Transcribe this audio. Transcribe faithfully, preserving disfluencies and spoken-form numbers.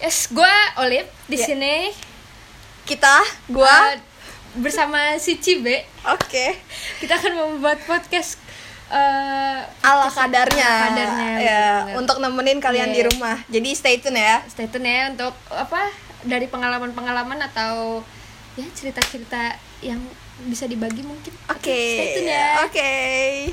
Yes, gue Olive di Ya. sini. Kita, gua uh, bersama si Cibe. Oke. Kita akan membuat podcast uh, Ala podcast kadarnya. ala kadarnya, Ya, bener-bener. untuk nemenin kalian Yeah. di rumah. Jadi stay tune ya. Stay tune ya untuk apa dari pengalaman-pengalaman atau ya cerita-cerita yang bisa dibagi mungkin. Oke. Stay tune ya. Oke.